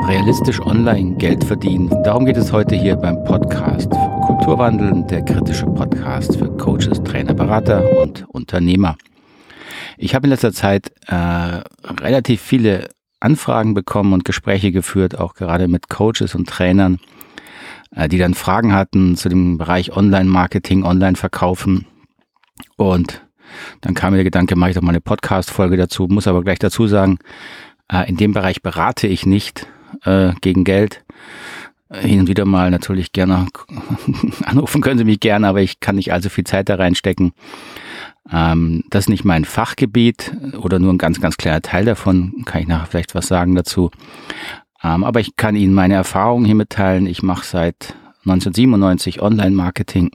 Realistisch online Geld verdienen. Darum geht es heute hier beim Podcast Kulturwandeln, der kritische Podcast für Coaches, Trainer, Berater und Unternehmer. Ich habe in letzter Zeit relativ viele Anfragen bekommen und Gespräche geführt, auch gerade mit Coaches und Trainern, die dann Fragen hatten zu dem Bereich Online-Marketing, Online-Verkaufen. Und dann kam mir der Gedanke, mache ich doch mal eine Podcast-Folge dazu, muss aber gleich dazu sagen, in dem Bereich berate ich nicht gegen Geld. Hin und wieder mal natürlich gerne anrufen können Sie mich gerne, aber ich kann nicht allzu viel Zeit da reinstecken. Das ist nicht mein Fachgebiet oder nur ein ganz, ganz kleiner Teil davon. Kann ich nachher vielleicht was sagen dazu. Aber ich kann Ihnen meine Erfahrungen hier mitteilen. Ich mache seit 1997 Online-Marketing,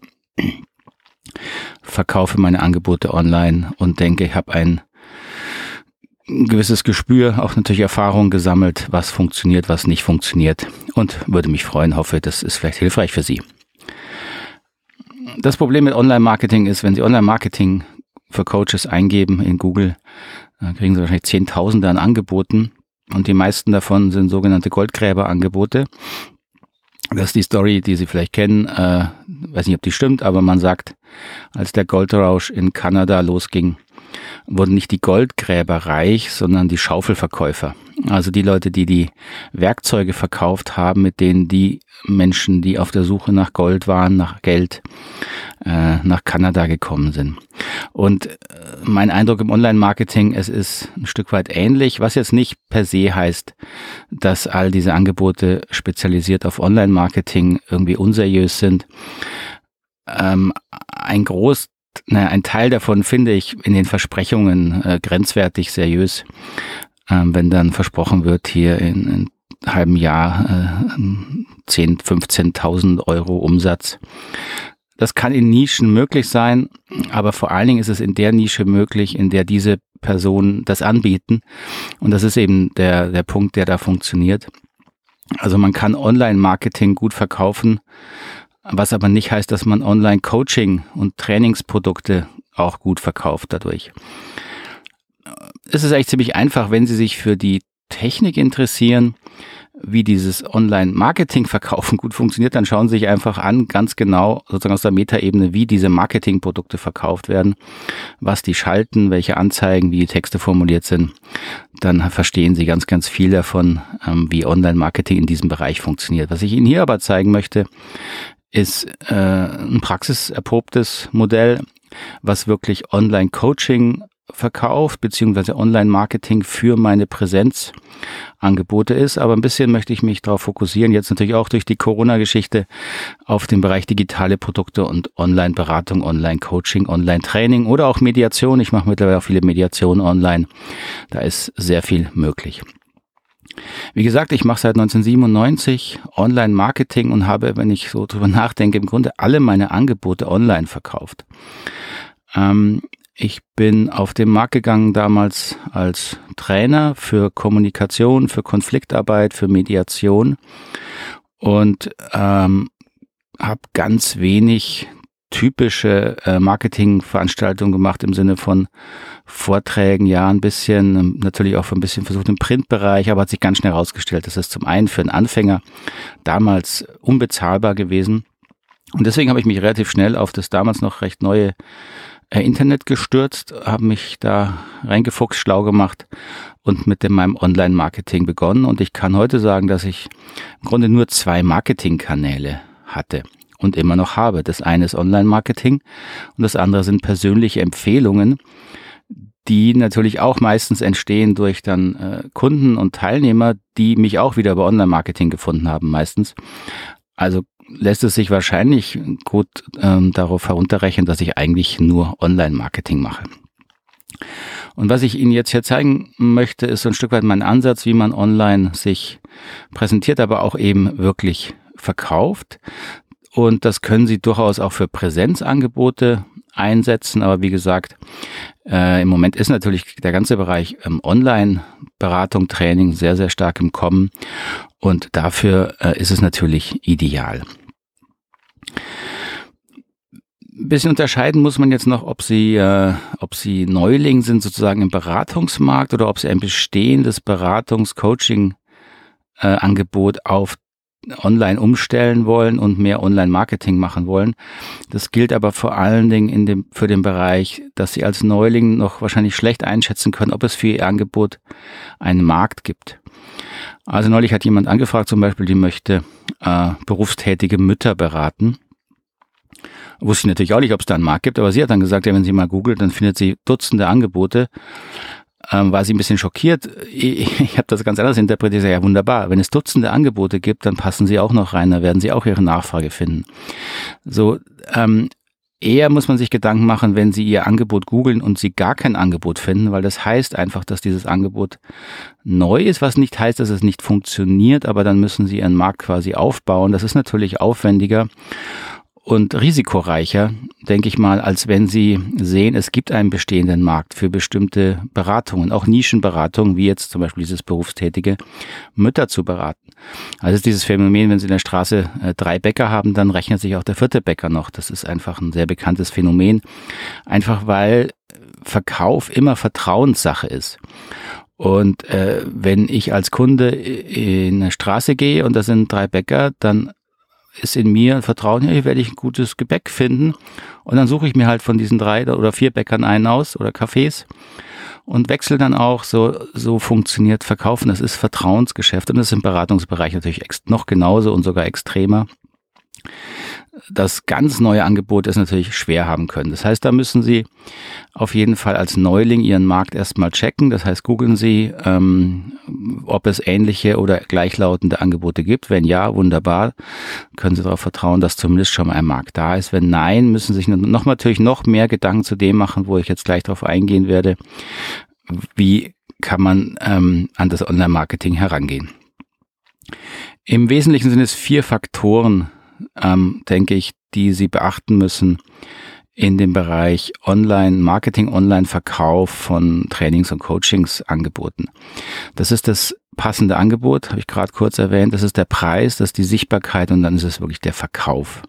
verkaufe meine Angebote online und denke, ich habe ein gewisses Gespür, auch natürlich Erfahrung gesammelt, was funktioniert, was nicht funktioniert und würde mich freuen, hoffe, das ist vielleicht hilfreich für Sie. Das Problem mit Online-Marketing ist, wenn Sie Online-Marketing für Coaches eingeben in Google, kriegen Sie wahrscheinlich Zehntausende an Angeboten und die meisten davon sind sogenannte Goldgräber-Angebote. Das ist die Story, die Sie vielleicht kennen, weiß nicht, ob die stimmt, aber man sagt, als der Goldrausch in Kanada losging, wurden nicht die Goldgräber reich, sondern die Schaufelverkäufer. Also die Leute, die die Werkzeuge verkauft haben, mit denen die Menschen, die auf der Suche nach Gold waren, nach Geld, nach Kanada gekommen sind. Und mein Eindruck im Online-Marketing, es ist ein Stück weit ähnlich, was jetzt nicht per se heißt, dass all diese Angebote spezialisiert auf Online-Marketing irgendwie unseriös sind. Ein Teil davon finde ich in den Versprechungen grenzwertig seriös, wenn dann versprochen wird, hier in einem halben Jahr 10.000, 15.000 Euro Umsatz. Das kann in Nischen möglich sein, aber vor allen Dingen ist es in der Nische möglich, in der diese Personen das anbieten. Und das ist eben der Punkt, der da funktioniert. Also man kann Online-Marketing gut verkaufen, was aber nicht heißt, dass man Online-Coaching und Trainingsprodukte auch gut verkauft dadurch. Es ist eigentlich ziemlich einfach, wenn Sie sich für die Technik interessieren, wie dieses Online-Marketing-Verkaufen gut funktioniert, dann schauen Sie sich einfach an, ganz genau, sozusagen aus der Metaebene, wie diese Marketingprodukte verkauft werden, was die schalten, welche Anzeigen, wie die Texte formuliert sind. Dann verstehen Sie ganz, ganz viel davon, wie Online-Marketing in diesem Bereich funktioniert. Was ich Ihnen hier aber zeigen möchte, ist ein praxiserprobtes Modell, was wirklich Online-Coaching verkauft, beziehungsweise Online-Marketing für meine Präsenzangebote ist. Aber ein bisschen möchte ich mich darauf fokussieren, jetzt natürlich auch durch die Corona-Geschichte, auf den Bereich digitale Produkte und Online-Beratung, Online-Coaching, Online-Training oder auch Mediation. Ich mache mittlerweile auch viele Mediationen online. Da ist sehr viel möglich. Wie gesagt, ich mache seit 1997 Online-Marketing und habe, wenn ich so drüber nachdenke, im Grunde alle meine Angebote online verkauft. Ich bin auf den Markt gegangen damals als Trainer für Kommunikation, für Konfliktarbeit, für Mediation und habe ganz wenig typische Marketingveranstaltungen gemacht im Sinne von Vorträgen, ja, ein bisschen, natürlich auch ein bisschen versucht im Printbereich, aber hat sich ganz schnell herausgestellt, das ist zum einen für einen Anfänger damals unbezahlbar gewesen und deswegen habe ich mich relativ schnell auf das damals noch recht neue Internet gestürzt, habe mich da reingefuchst, schlau gemacht und mit meinem Online-Marketing begonnen und ich kann heute sagen, dass ich im Grunde nur 2 Marketingkanäle hatte und immer noch habe. Das eine ist Online-Marketing und das andere sind persönliche Empfehlungen, die natürlich auch meistens entstehen durch dann Kunden und Teilnehmer, die mich auch wieder über Online-Marketing gefunden haben meistens. Also lässt es sich wahrscheinlich gut darauf herunterrechnen, dass ich eigentlich nur Online-Marketing mache. Und was ich Ihnen jetzt hier zeigen möchte, ist so ein Stück weit mein Ansatz, wie man online sich präsentiert, aber auch eben wirklich verkauft. Und das können Sie durchaus auch für Präsenzangebote einsetzen. Aber wie gesagt, im Moment ist natürlich der ganze Bereich Online-Beratung, Training sehr, sehr stark im Kommen. Und dafür ist es natürlich ideal. Ein bisschen unterscheiden muss man jetzt noch, ob Sie Neuling sind sozusagen im Beratungsmarkt oder ob Sie ein bestehendes Beratungs-Coaching Angebot auf online umstellen wollen und mehr Online-Marketing machen wollen. Das gilt aber vor allen Dingen für den Bereich, dass Sie als Neuling noch wahrscheinlich schlecht einschätzen können, ob es für Ihr Angebot einen Markt gibt. Also neulich hat jemand angefragt, zum Beispiel, die möchte berufstätige Mütter beraten. Wusste ich natürlich auch nicht, ob es da einen Markt gibt, aber sie hat dann gesagt, ja, wenn sie mal googelt, dann findet sie Dutzende Angebote. War sie ein bisschen schockiert. Ich habe das ganz anders interpretiert. Ja, wunderbar. Wenn es Dutzende Angebote gibt, dann passen sie auch noch rein. Da werden sie auch ihre Nachfrage finden. So, eher muss man sich Gedanken machen, wenn Sie Ihr Angebot googeln und Sie gar kein Angebot finden, weil das heißt einfach, dass dieses Angebot neu ist, was nicht heißt, dass es nicht funktioniert, aber dann müssen Sie Ihren Markt quasi aufbauen. Das ist natürlich aufwendiger und risikoreicher, denke ich mal, als wenn Sie sehen, es gibt einen bestehenden Markt für bestimmte Beratungen, auch Nischenberatungen, wie jetzt zum Beispiel dieses berufstätige Mütter zu beraten. Also ist dieses Phänomen, wenn Sie in der Straße 3 Bäcker haben, dann rechnet sich auch der 4. Bäcker noch. Das ist einfach ein sehr bekanntes Phänomen, einfach weil Verkauf immer Vertrauenssache ist. Und wenn ich als Kunde in eine Straße gehe und da sind 3 Bäcker, dann ist in mir Vertrauen, ja, hier werde ich ein gutes Gebäck finden und dann suche ich mir halt von diesen 3 oder 4 Bäckern einen aus oder Cafés und wechsle dann auch, so funktioniert Verkaufen, das ist Vertrauensgeschäft und das ist im Beratungsbereich natürlich noch genauso und sogar extremer. Das ganz neue Angebot ist natürlich schwer haben können. Das heißt, da müssen Sie auf jeden Fall als Neuling Ihren Markt erstmal checken. Das heißt, googeln Sie, ob es ähnliche oder gleichlautende Angebote gibt. Wenn ja, wunderbar, können Sie darauf vertrauen, dass zumindest schon mal ein Markt da ist. Wenn nein, müssen Sie sich natürlich noch mehr Gedanken zu dem machen, wo ich jetzt gleich darauf eingehen werde. Wie kann man an das Online-Marketing herangehen? Im Wesentlichen sind es 4 Faktoren, denke ich, die Sie beachten müssen in dem Bereich Online-Marketing, Online-Verkauf von Trainings- und Coachingsangeboten. Das ist das passende Angebot, habe ich gerade kurz erwähnt. Das ist der Preis, das ist die Sichtbarkeit und dann ist es wirklich der Verkauf.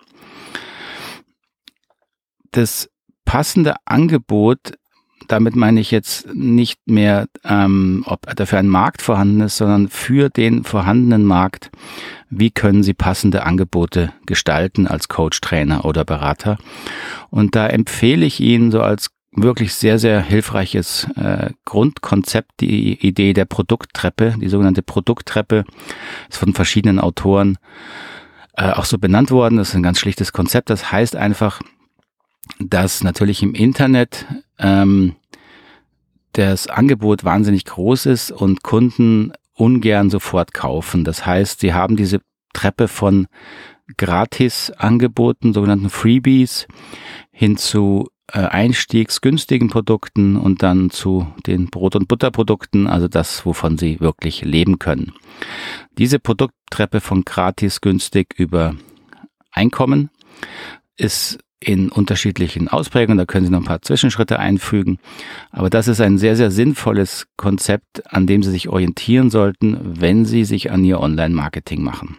Das passende Angebot, damit meine ich jetzt nicht mehr, ob dafür ein Markt vorhanden ist, sondern für den vorhandenen Markt, wie können Sie passende Angebote gestalten als Coach, Trainer oder Berater. Und da empfehle ich Ihnen so als wirklich sehr, sehr hilfreiches Grundkonzept die Idee der Produkttreppe. Die sogenannte Produkttreppe ist von verschiedenen Autoren auch so benannt worden. Das ist ein ganz schlichtes Konzept. Das heißt einfach, dass natürlich im Internet das Angebot wahnsinnig groß ist und Kunden ungern sofort kaufen. Das heißt, sie haben diese Treppe von Gratis-Angeboten, sogenannten Freebies, hin zu einstiegsgünstigen Produkten und dann zu den Brot- und Butterprodukten, also das, wovon sie wirklich leben können. Diese Produkttreppe von gratis, günstig über Einkommen ist in unterschiedlichen Ausprägungen, da können Sie noch ein paar Zwischenschritte einfügen. Aber das ist ein sehr, sehr sinnvolles Konzept, an dem Sie sich orientieren sollten, wenn Sie sich an Ihr Online-Marketing machen.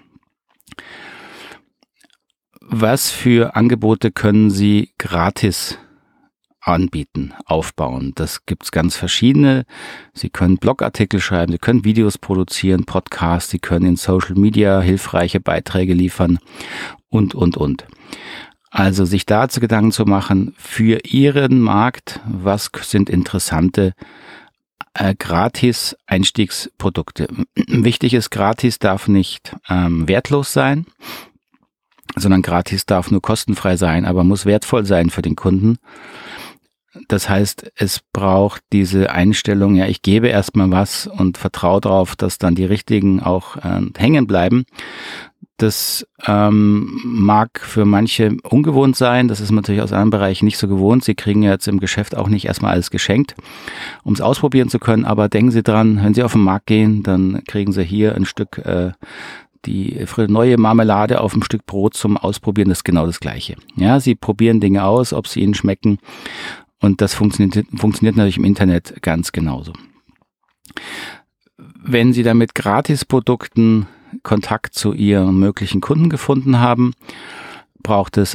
Was für Angebote können Sie gratis anbieten, aufbauen? Das gibt's ganz verschiedene. Sie können Blogartikel schreiben, Sie können Videos produzieren, Podcasts, Sie können in Social Media hilfreiche Beiträge liefern und. Also sich dazu Gedanken zu machen, für Ihren Markt, was sind interessante Gratis-Einstiegsprodukte. Wichtig ist, gratis darf nicht wertlos sein, sondern gratis darf nur kostenfrei sein, aber muss wertvoll sein für den Kunden. Das heißt, es braucht diese Einstellung, ja, ich gebe erstmal was und vertraue darauf, dass dann die Richtigen auch hängen bleiben. Das mag für manche ungewohnt sein, das ist natürlich aus anderen Bereichen nicht so gewohnt. Sie kriegen jetzt im Geschäft auch nicht erstmal alles geschenkt, um es ausprobieren zu können, aber denken Sie dran, wenn Sie auf den Markt gehen, dann kriegen Sie hier ein Stück die neue Marmelade auf ein Stück Brot zum Ausprobieren, das ist genau das Gleiche. Ja, Sie probieren Dinge aus, ob sie Ihnen schmecken und das funktioniert natürlich im Internet ganz genauso. Wenn Sie dann mit Gratisprodukten Kontakt zu Ihren möglichen Kunden gefunden haben, braucht es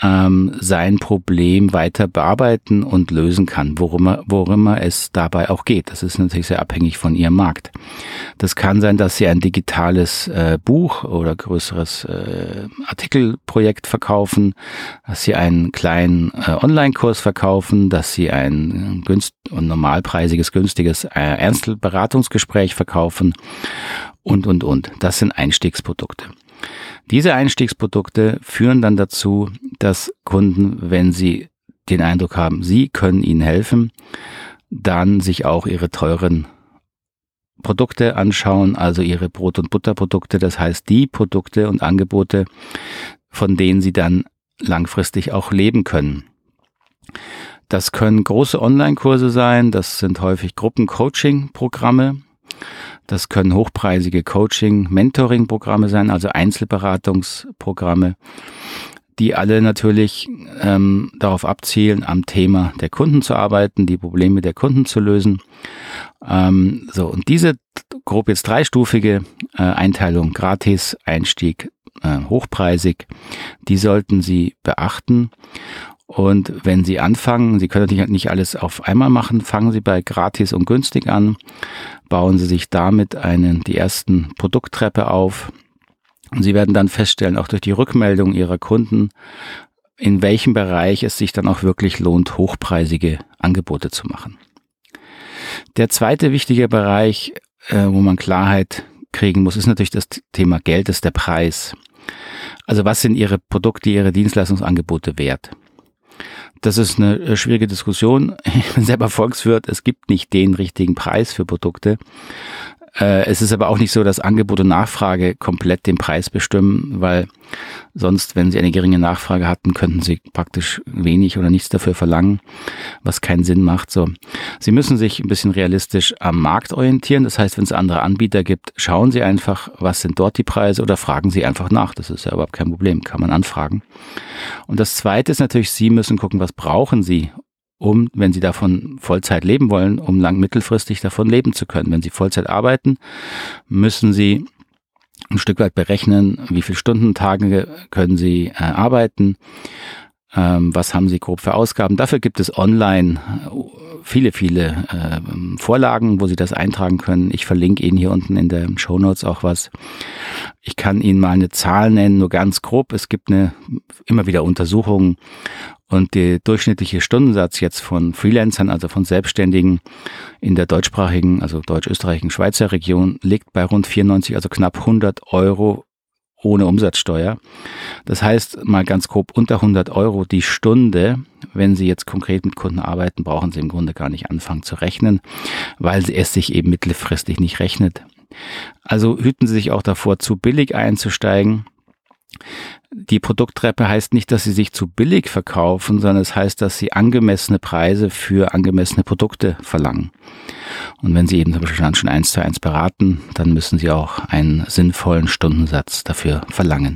sein Problem weiter bearbeiten und lösen kann, worum immer es dabei auch geht. Das ist natürlich sehr abhängig von Ihrem Markt. Das kann sein, dass Sie ein digitales Buch oder größeres Artikelprojekt verkaufen, dass Sie einen kleinen Online-Kurs verkaufen, dass Sie ein normalpreisiges, günstiges Einzelberatungsgespräch verkaufen und. Das sind Einstiegsprodukte. Diese Einstiegsprodukte führen dann dazu, dass Kunden, wenn sie den Eindruck haben, sie können ihnen helfen, dann sich auch ihre teuren Produkte anschauen, also ihre Brot- und Butterprodukte, das heißt die Produkte und Angebote, von denen sie dann langfristig auch leben können. Das können große Online-Kurse sein, das sind häufig Gruppen-Coaching-Programme. Das können hochpreisige Coaching-Mentoring-Programme sein, also Einzelberatungsprogramme, die alle natürlich darauf abzielen, am Thema der Kunden zu arbeiten, die Probleme der Kunden zu lösen. Und diese grob jetzt dreistufige Einteilung, gratis, Einstieg, hochpreisig, die sollten Sie beachten. Und wenn Sie anfangen, Sie können natürlich nicht alles auf einmal machen, fangen Sie bei gratis und günstig an, bauen Sie sich damit die ersten Produkttreppe auf. Und Sie werden dann feststellen, auch durch die Rückmeldung Ihrer Kunden, in welchem Bereich es sich dann auch wirklich lohnt, hochpreisige Angebote zu machen. Der zweite wichtige Bereich, wo man Klarheit kriegen muss, ist natürlich das Thema Geld, ist der Preis. Also was sind Ihre Produkte, Ihre Dienstleistungsangebote wert? Das ist eine schwierige Diskussion. Ich bin selber Volkswirt. Es gibt nicht den richtigen Preis für Produkte. Es ist aber auch nicht so, dass Angebot und Nachfrage komplett den Preis bestimmen, weil sonst, wenn Sie eine geringe Nachfrage hatten, könnten Sie praktisch wenig oder nichts dafür verlangen, was keinen Sinn macht. So, Sie müssen sich ein bisschen realistisch am Markt orientieren. Das heißt, wenn es andere Anbieter gibt, schauen Sie einfach, was sind dort die Preise oder fragen Sie einfach nach. Das ist ja überhaupt kein Problem, kann man anfragen. Und das Zweite ist natürlich, Sie müssen gucken, was brauchen Sie, wenn Sie davon Vollzeit leben wollen, um mittelfristig davon leben zu können. Wenn Sie Vollzeit arbeiten, müssen Sie ein Stück weit berechnen, wie viele Stundentage können Sie arbeiten, was haben Sie grob für Ausgaben. Dafür gibt es online viele Vorlagen, wo Sie das eintragen können. Ich verlinke Ihnen hier unten in den Shownotes auch was. Ich kann Ihnen mal eine Zahl nennen, nur ganz grob. Es gibt immer wieder Untersuchungen und der durchschnittliche Stundensatz jetzt von Freelancern, also von Selbstständigen in der deutschsprachigen, also deutsch-österreichischen Schweizer Region, liegt bei rund 94, also knapp 100 Euro ohne Umsatzsteuer. Das heißt, mal ganz grob unter 100 Euro die Stunde. Wenn Sie jetzt konkret mit Kunden arbeiten, brauchen Sie im Grunde gar nicht anfangen zu rechnen, weil es sich eben mittelfristig nicht rechnet. Also hüten Sie sich auch davor, zu billig einzusteigen. Die Produkttreppe heißt nicht, dass Sie sich zu billig verkaufen, sondern es heißt, dass Sie angemessene Preise für angemessene Produkte verlangen. Und wenn Sie eben zum Beispiel schon 1:1 beraten, dann müssen Sie auch einen sinnvollen Stundensatz dafür verlangen.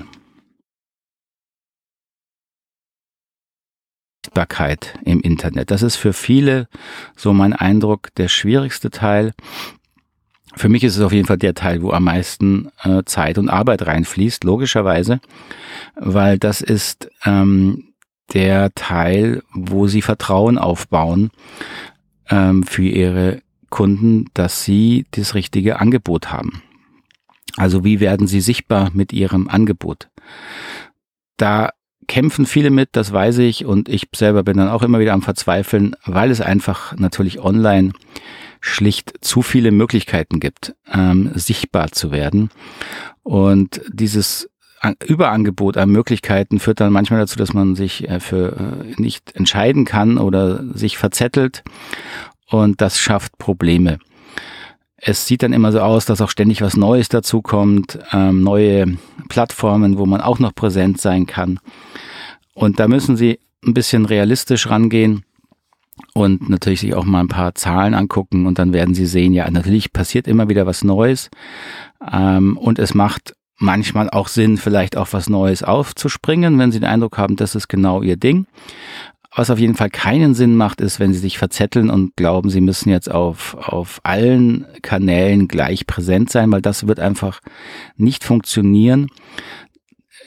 Sichtbarkeit im Internet. Das ist für viele, so mein Eindruck, der schwierigste Teil. Für mich ist es auf jeden Fall der Teil, wo am meisten Zeit und Arbeit reinfließt, logischerweise, weil das ist der Teil, wo Sie Vertrauen aufbauen für Ihre Kunden, dass Sie das richtige Angebot haben. Also wie werden Sie sichtbar mit Ihrem Angebot? Da kämpfen viele mit, das weiß ich, und ich selber bin dann auch immer wieder am Verzweifeln, weil es einfach natürlich online schlicht zu viele Möglichkeiten gibt, sichtbar zu werden. Und dieses Überangebot an Möglichkeiten führt dann manchmal dazu, dass man sich nicht entscheiden kann oder sich verzettelt, und das schafft Probleme. Es sieht dann immer so aus, dass auch ständig was Neues dazukommt, neue Plattformen, wo man auch noch präsent sein kann. Und da müssen Sie ein bisschen realistisch rangehen und natürlich sich auch mal ein paar Zahlen angucken, und dann werden Sie sehen, ja, natürlich passiert immer wieder was Neues, und es macht manchmal auch Sinn, vielleicht auch was Neues aufzuspringen, wenn Sie den Eindruck haben, das ist genau Ihr Ding. Was auf jeden Fall keinen Sinn macht, ist, wenn Sie sich verzetteln und glauben, Sie müssen jetzt auf allen Kanälen gleich präsent sein, weil das wird einfach nicht funktionieren.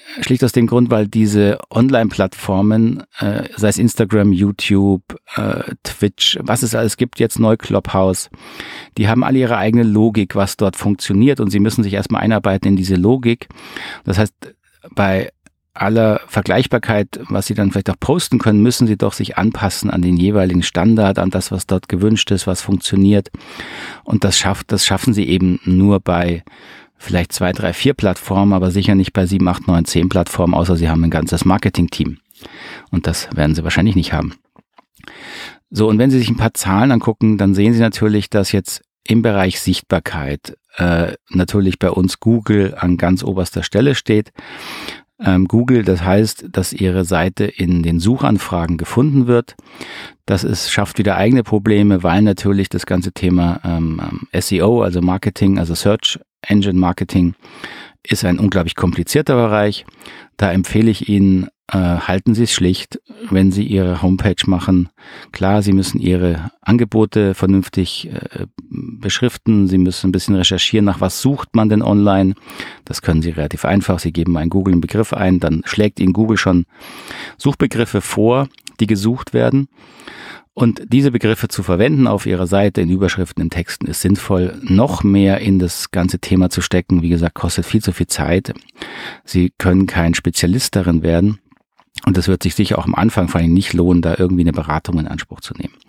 Schlicht aus dem Grund, weil diese Online-Plattformen, sei es Instagram, YouTube, Twitch, was es alles gibt, jetzt neu Clubhouse, die haben alle ihre eigene Logik, was dort funktioniert, und sie müssen sich erstmal einarbeiten in diese Logik. Das heißt, bei aller Vergleichbarkeit, was sie dann vielleicht auch posten können, müssen sie doch sich anpassen an den jeweiligen Standard, an das, was dort gewünscht ist, was funktioniert. Und das schaffen sie eben nur bei vielleicht 2, 3, 4 Plattformen, aber sicher nicht bei 7, 8, 9, 10 Plattformen, außer sie haben ein ganzes Marketing-Team. Und das werden sie wahrscheinlich nicht haben. So, und wenn Sie sich ein paar Zahlen angucken, dann sehen Sie natürlich, dass jetzt im Bereich Sichtbarkeit natürlich bei uns Google an ganz oberster Stelle steht. Google, das heißt, dass Ihre Seite in den Suchanfragen gefunden wird. Das schafft wieder eigene Probleme, weil natürlich das ganze Thema SEO, also Marketing, also Search Engine Marketing, ist ein unglaublich komplizierter Bereich. Da empfehle ich Ihnen, halten Sie es schlicht, wenn Sie Ihre Homepage machen. Klar, Sie müssen Ihre Angebote vernünftig beschriften. Sie müssen ein bisschen recherchieren, nach was sucht man denn online. Das können Sie relativ einfach. Sie geben einen Google einen Begriff ein, dann schlägt Ihnen Google schon Suchbegriffe vor, die gesucht werden. Und diese Begriffe zu verwenden auf Ihrer Seite in Überschriften, in Texten ist sinnvoll. Noch mehr in das ganze Thema zu stecken, wie gesagt, kostet viel zu viel Zeit. Sie können kein Spezialist darin werden. Und das wird sich sicher auch am Anfang vor allem nicht lohnen, da irgendwie eine Beratung in Anspruch zu nehmen.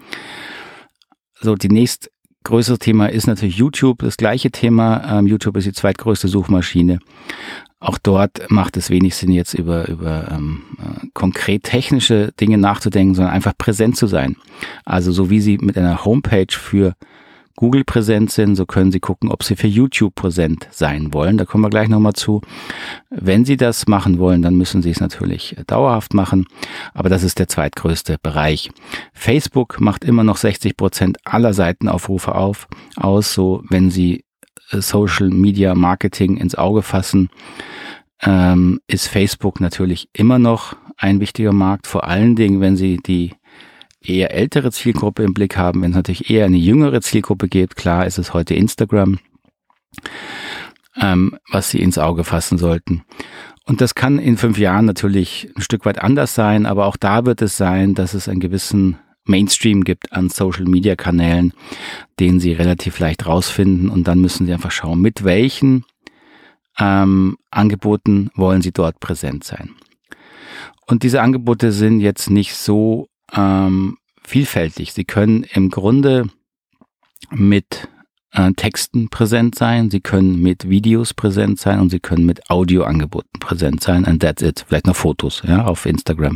So, die nächstgrößere Thema ist natürlich YouTube. Das gleiche Thema. YouTube ist die zweitgrößte Suchmaschine. Auch dort macht es wenig Sinn, jetzt über konkret technische Dinge nachzudenken, sondern einfach präsent zu sein. Also so wie Sie mit einer Homepage für Google präsent sind, so können Sie gucken, ob Sie für YouTube präsent sein wollen. Da kommen wir gleich nochmal zu. Wenn Sie das machen wollen, dann müssen Sie es natürlich dauerhaft machen. Aber das ist der zweitgrößte Bereich. Facebook macht immer noch 60% aller Seitenaufrufe aus. So, wenn Sie Social Media Marketing ins Auge fassen, ist Facebook natürlich immer noch ein wichtiger Markt. Vor allen Dingen, wenn Sie die eher ältere Zielgruppe im Blick haben, wenn es natürlich eher eine jüngere Zielgruppe gibt. Klar ist es heute Instagram, was Sie ins Auge fassen sollten. Und das kann in 5 Jahren natürlich ein Stück weit anders sein, aber auch da wird es sein, dass es einen gewissen Mainstream gibt an Social-Media-Kanälen, den Sie relativ leicht rausfinden, und dann müssen Sie einfach schauen, mit welchen Angeboten wollen Sie dort präsent sein. Und diese Angebote sind jetzt nicht so vielfältig. Sie können im Grunde mit Texten präsent sein, Sie können mit Videos präsent sein und Sie können mit Audioangeboten präsent sein, and that's it. Vielleicht noch Fotos, ja, auf Instagram.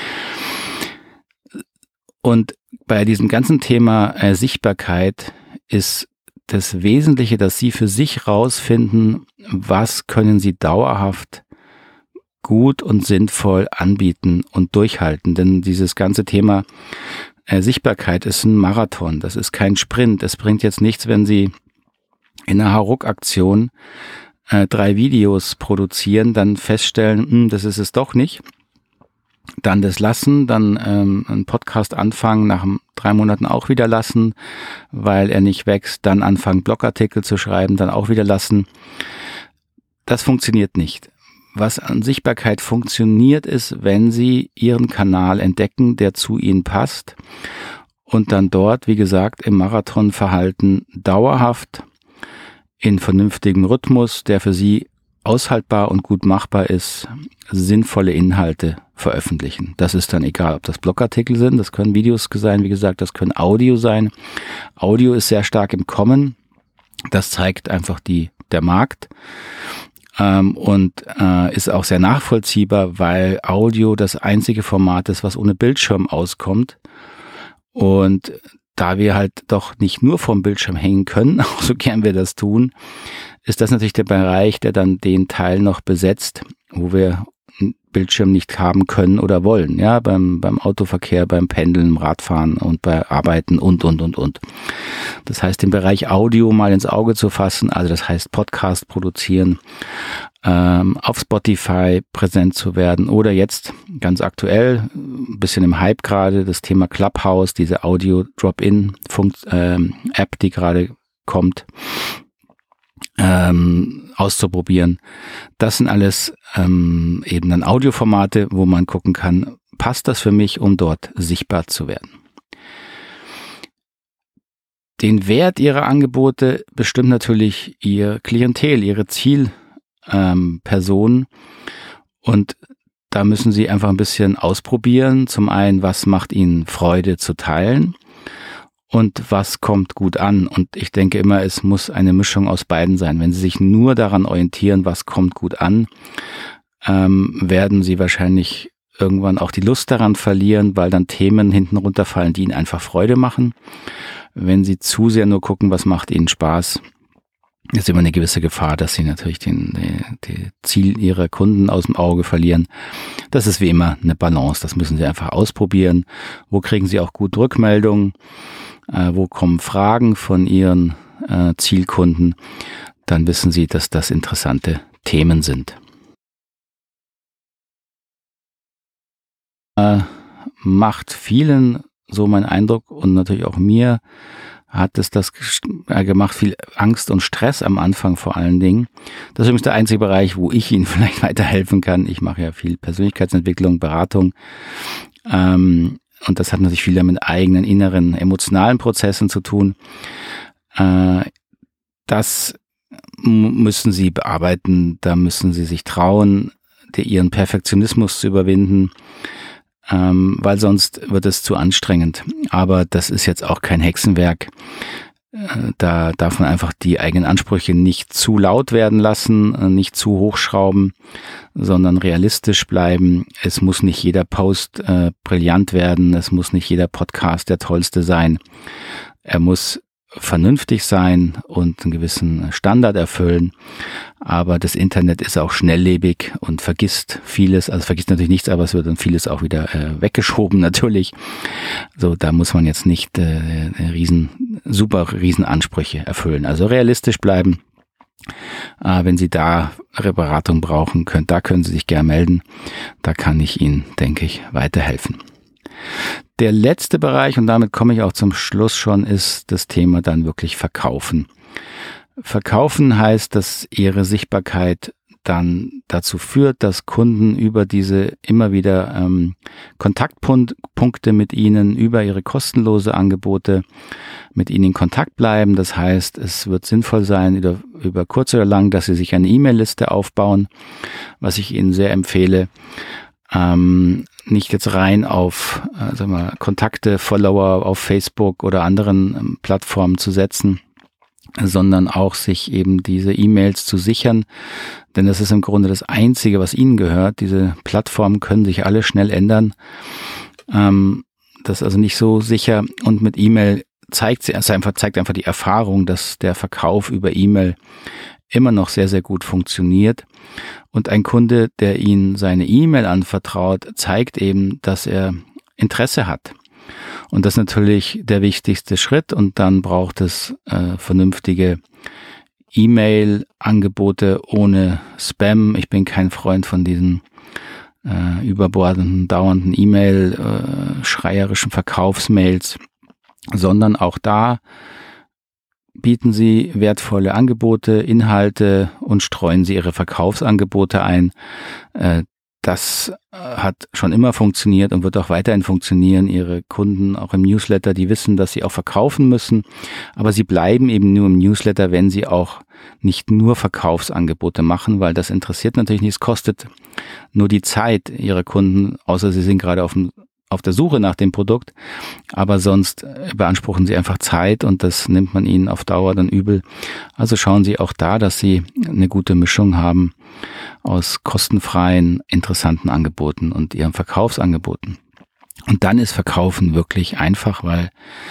Und bei diesem ganzen Thema Sichtbarkeit ist das Wesentliche, dass Sie für sich rausfinden, was können Sie dauerhaft gut und sinnvoll anbieten und durchhalten. Denn dieses ganze Thema Sichtbarkeit ist ein Marathon, das ist kein Sprint. Es bringt jetzt nichts, wenn Sie in einer Hauruck-Aktion 3 Videos produzieren, dann feststellen, das ist es doch nicht. Dann das lassen, dann einen Podcast anfangen, nach 3 Monaten auch wieder lassen, weil er nicht wächst, dann anfangen Blogartikel zu schreiben, dann auch wieder lassen. Das funktioniert nicht. Was an Sichtbarkeit funktioniert, ist, wenn Sie Ihren Kanal entdecken, der zu Ihnen passt, und dann dort, wie gesagt, im Marathonverhalten dauerhaft in vernünftigem Rhythmus, der für Sie aushaltbar und gut machbar ist, sinnvolle Inhalte veröffentlichen. Das ist dann egal, ob das Blogartikel sind, das können Videos sein, wie gesagt, das können Audio sein. Audio ist sehr stark im Kommen. Das zeigt einfach der Markt. Und ist auch sehr nachvollziehbar, weil Audio das einzige Format ist, was ohne Bildschirm auskommt. Und da wir halt doch nicht nur vom Bildschirm hängen können, auch so gern wir das tun, ist das natürlich der Bereich, der dann den Teil noch besetzt, wo wir einen Bildschirm nicht haben können oder wollen. Ja, beim Autoverkehr, beim Pendeln, Radfahren und bei Arbeiten und. Das heißt, den Bereich Audio mal ins Auge zu fassen, also das heißt Podcast produzieren, auf Spotify präsent zu werden oder jetzt ganz aktuell, ein bisschen im Hype gerade, das Thema Clubhouse, diese Audio-Drop-In-App, die gerade kommt. auszuprobieren. Das sind alles eben dann Audioformate, wo man gucken kann, passt das für mich, um dort sichtbar zu werden. Den Wert ihrer Angebote bestimmt natürlich ihr Klientel, ihre Zielperson. Und da müssen Sie einfach ein bisschen ausprobieren. Zum einen, was macht Ihnen Freude zu teilen und was kommt gut an. Und ich denke immer, es muss eine Mischung aus beiden sein. Wenn Sie sich nur daran orientieren, was kommt gut an, werden Sie wahrscheinlich irgendwann auch die Lust daran verlieren, weil dann Themen hinten runterfallen, die Ihnen einfach Freude machen. Wenn Sie zu sehr nur gucken, was macht Ihnen Spaß, ist immer eine gewisse Gefahr, dass Sie natürlich die Ziel Ihrer Kunden aus dem Auge verlieren. Das ist wie immer eine Balance, das müssen Sie einfach ausprobieren. Wo kriegen Sie auch gut Rückmeldungen? Wo kommen Fragen von Ihren Zielkunden? Dann wissen Sie, dass das interessante Themen sind. Macht vielen so mein Eindruck und natürlich auch mir hat es das gemacht, viel Angst und Stress am Anfang vor allen Dingen. Das ist übrigens der einzige Bereich, wo ich Ihnen vielleicht weiterhelfen kann. Ich mache ja viel Persönlichkeitsentwicklung, Beratung und das hat natürlich viel mit eigenen inneren emotionalen Prozessen zu tun. Das müssen Sie bearbeiten, da müssen Sie sich trauen, Ihren Perfektionismus zu überwinden, weil sonst wird es zu anstrengend. Aber das ist jetzt auch kein Hexenwerk. Da darf man einfach die eigenen Ansprüche nicht zu laut werden lassen, nicht zu hochschrauben, sondern realistisch bleiben. Es muss nicht jeder Post brillant werden, es muss nicht jeder Podcast der tollste sein. Er muss vernünftig sein und einen gewissen Standard erfüllen. Aber das Internet ist auch schnelllebig und vergisst vieles. Also vergisst natürlich nichts, aber es wird dann vieles auch wieder weggeschoben natürlich. So, da muss man jetzt nicht riesen Ansprüche erfüllen. Also realistisch bleiben. Wenn Sie da Beratung brauchen, können Sie sich gerne melden. Da kann ich Ihnen, denke ich, weiterhelfen. Der letzte Bereich, und damit komme ich auch zum Schluss schon, ist das Thema dann wirklich Verkaufen. Verkaufen heißt, dass Ihre Sichtbarkeit dann dazu führt, dass Kunden über diese immer wieder Kontaktpunkte mit Ihnen, über Ihre kostenlose Angebote mit Ihnen in Kontakt bleiben. Das heißt, es wird sinnvoll sein, über kurz oder lang, dass Sie sich eine E-Mail-Liste aufbauen, was ich Ihnen sehr empfehle. Nicht jetzt rein auf Kontakte, Follower auf Facebook oder anderen Plattformen zu setzen, sondern auch sich eben diese E-Mails zu sichern, denn das ist im Grunde das Einzige, was Ihnen gehört. Diese Plattformen können sich alle schnell ändern. Das ist also nicht so sicher, und mit E-Mail zeigt einfach die Erfahrung, dass der Verkauf über E-Mail immer noch sehr, sehr gut funktioniert. Und ein Kunde, der Ihnen seine E-Mail anvertraut, zeigt eben, dass er Interesse hat. Und das ist natürlich der wichtigste Schritt. Und dann braucht es vernünftige E-Mail-Angebote ohne Spam. Ich bin kein Freund von diesen überbordenden, dauernden schreierischen Verkaufsmails, sondern auch da bieten Sie wertvolle Angebote, Inhalte und streuen Sie Ihre Verkaufsangebote ein. Das hat schon immer funktioniert und wird auch weiterhin funktionieren. Ihre Kunden auch im Newsletter, die wissen, dass sie auch verkaufen müssen, aber sie bleiben eben nur im Newsletter, wenn sie auch nicht nur Verkaufsangebote machen, weil das interessiert natürlich nicht. Es kostet nur die Zeit Ihrer Kunden, außer sie sind gerade auf der Suche nach dem Produkt, aber sonst beanspruchen sie einfach Zeit und das nimmt man ihnen auf Dauer dann übel. Also schauen Sie auch da, dass Sie eine gute Mischung haben aus kostenfreien, interessanten Angeboten und Ihren Verkaufsangeboten. Und dann ist Verkaufen wirklich einfach, weil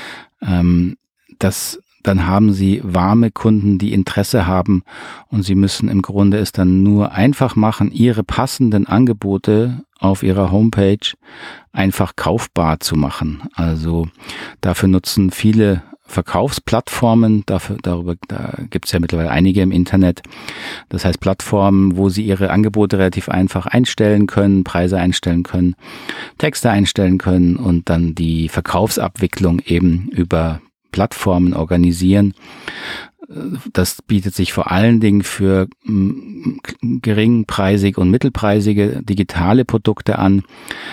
dann haben Sie warme Kunden, die Interesse haben, und Sie müssen im Grunde es dann nur einfach machen, Ihre passenden Angebote auf Ihrer Homepage einfach kaufbar zu machen. Also dafür nutzen viele Verkaufsplattformen, da gibt es ja mittlerweile einige im Internet. Das heißt Plattformen, wo Sie Ihre Angebote relativ einfach einstellen können, Preise einstellen können, Texte einstellen können und dann die Verkaufsabwicklung eben über Plattformen organisieren. Das bietet sich vor allen Dingen für geringpreisige und mittelpreisige digitale Produkte an.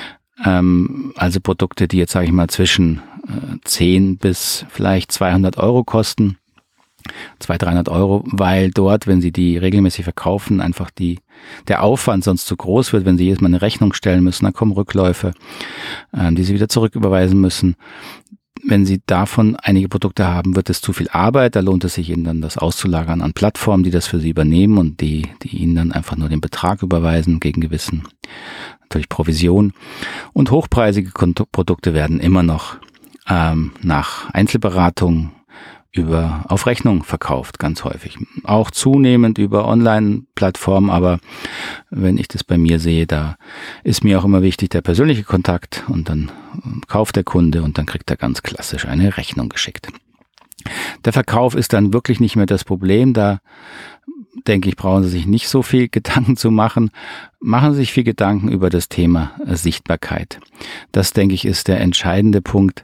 Also Produkte, die jetzt, sage ich mal, zwischen 10 bis vielleicht 200 Euro kosten. 200-300 Euro, weil dort, wenn Sie die regelmäßig verkaufen, einfach der Aufwand sonst zu groß wird, wenn Sie jedes Mal eine Rechnung stellen müssen, dann kommen Rückläufe, die Sie wieder zurücküberweisen müssen. Wenn Sie davon einige Produkte haben, wird es zu viel Arbeit, da lohnt es sich Ihnen dann, das auszulagern an Plattformen, die das für Sie übernehmen und die Ihnen dann einfach nur den Betrag überweisen gegen gewissen, natürlich Provision. Und hochpreisige Produkte werden immer noch nach Einzelberatung auf Rechnung verkauft, ganz häufig. Auch zunehmend über Online-Plattformen, aber wenn ich das bei mir sehe, da ist mir auch immer wichtig der persönliche Kontakt und dann kauft der Kunde und dann kriegt er ganz klassisch eine Rechnung geschickt. Der Verkauf ist dann wirklich nicht mehr das Problem, da denke ich, brauchen Sie sich nicht so viel Gedanken zu machen. Machen Sie sich viel Gedanken über das Thema Sichtbarkeit. Das, denke ich, ist der entscheidende Punkt,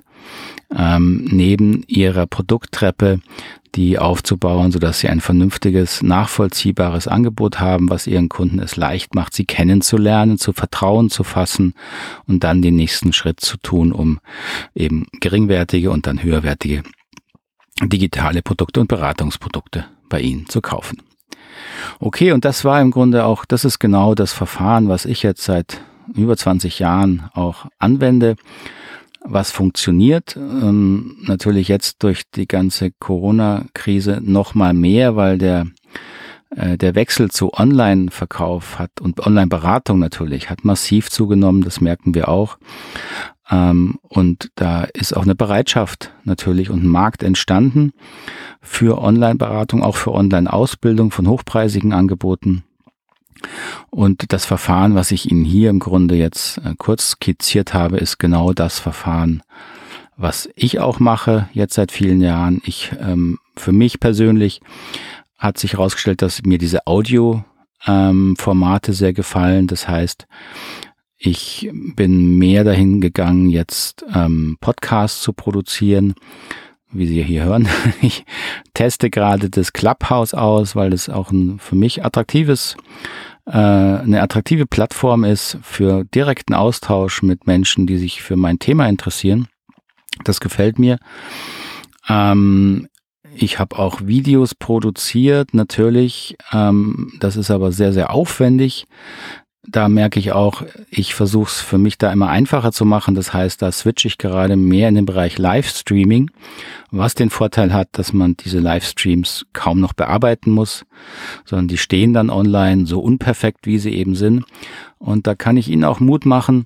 neben Ihrer Produkttreppe, die aufzubauen, sodass Sie ein vernünftiges, nachvollziehbares Angebot haben, was Ihren Kunden es leicht macht, Sie kennenzulernen, zu Vertrauen zu fassen und dann den nächsten Schritt zu tun, um eben geringwertige und dann höherwertige digitale Produkte und Beratungsprodukte bei Ihnen zu kaufen. Okay, und das war im Grunde auch, das ist genau das Verfahren, was ich jetzt seit über 20 Jahren auch anwende, was funktioniert. Natürlich jetzt durch die ganze Corona-Krise noch mal mehr, weil der Wechsel zu Online-Verkauf und Online-Beratung natürlich hat massiv zugenommen, das merken wir auch. Und da ist auch eine Bereitschaft natürlich und ein Markt entstanden für Online-Beratung, auch für Online-Ausbildung von hochpreisigen Angeboten. Und das Verfahren, was ich Ihnen hier im Grunde jetzt kurz skizziert habe, ist genau das Verfahren, was ich auch mache, jetzt seit vielen Jahren. Für mich persönlich hat sich herausgestellt, dass mir diese Audio-Formate sehr gefallen. Das heißt, ich bin mehr dahin gegangen, jetzt Podcasts zu produzieren, wie Sie hier hören. Ich teste gerade das Clubhouse aus, weil es auch für mich eine attraktive Plattform ist für direkten Austausch mit Menschen, die sich für mein Thema interessieren. Das gefällt mir. Ich habe auch Videos produziert, natürlich. Das ist aber sehr, sehr aufwendig. Da merke ich auch, ich versuche es für mich da immer einfacher zu machen. Das heißt, da switche ich gerade mehr in den Bereich Livestreaming, was den Vorteil hat, dass man diese Livestreams kaum noch bearbeiten muss, sondern die stehen dann online so unperfekt, wie sie eben sind. Und da kann ich Ihnen auch Mut machen.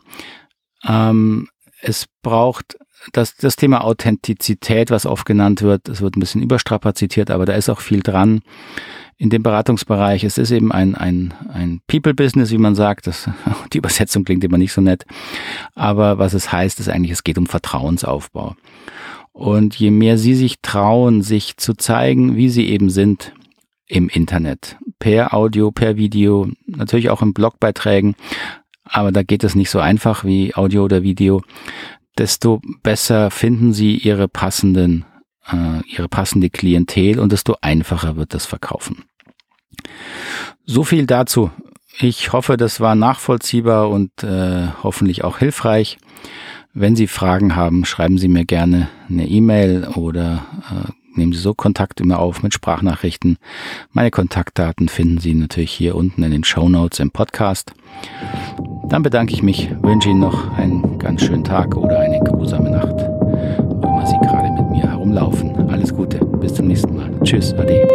Es braucht das Thema Authentizität, was oft genannt wird. Es wird ein bisschen überstrapaziert, aber da ist auch viel dran. In dem Beratungsbereich, es ist eben ein People-Business, wie man sagt. Die Übersetzung klingt immer nicht so nett. Aber was es heißt, ist eigentlich, es geht um Vertrauensaufbau. Und je mehr Sie sich trauen, sich zu zeigen, wie Sie eben sind im Internet, per Audio, per Video, natürlich auch in Blogbeiträgen, aber da geht es nicht so einfach wie Audio oder Video, desto besser finden Sie Ihre passende Klientel und desto einfacher wird das Verkaufen. So viel dazu. Ich hoffe, das war nachvollziehbar und hoffentlich auch hilfreich. Wenn Sie Fragen haben, schreiben Sie mir gerne eine E-Mail oder nehmen Sie so Kontakt immer auf mit Sprachnachrichten. Meine Kontaktdaten finden Sie natürlich hier unten in den Shownotes im Podcast. Dann bedanke ich mich, wünsche Ihnen noch einen ganz schönen Tag oder eine geruhsame Nacht, wo immer Sie gerade mit mir herumlaufen. Alles Gute, bis zum nächsten Mal. Tschüss, ade.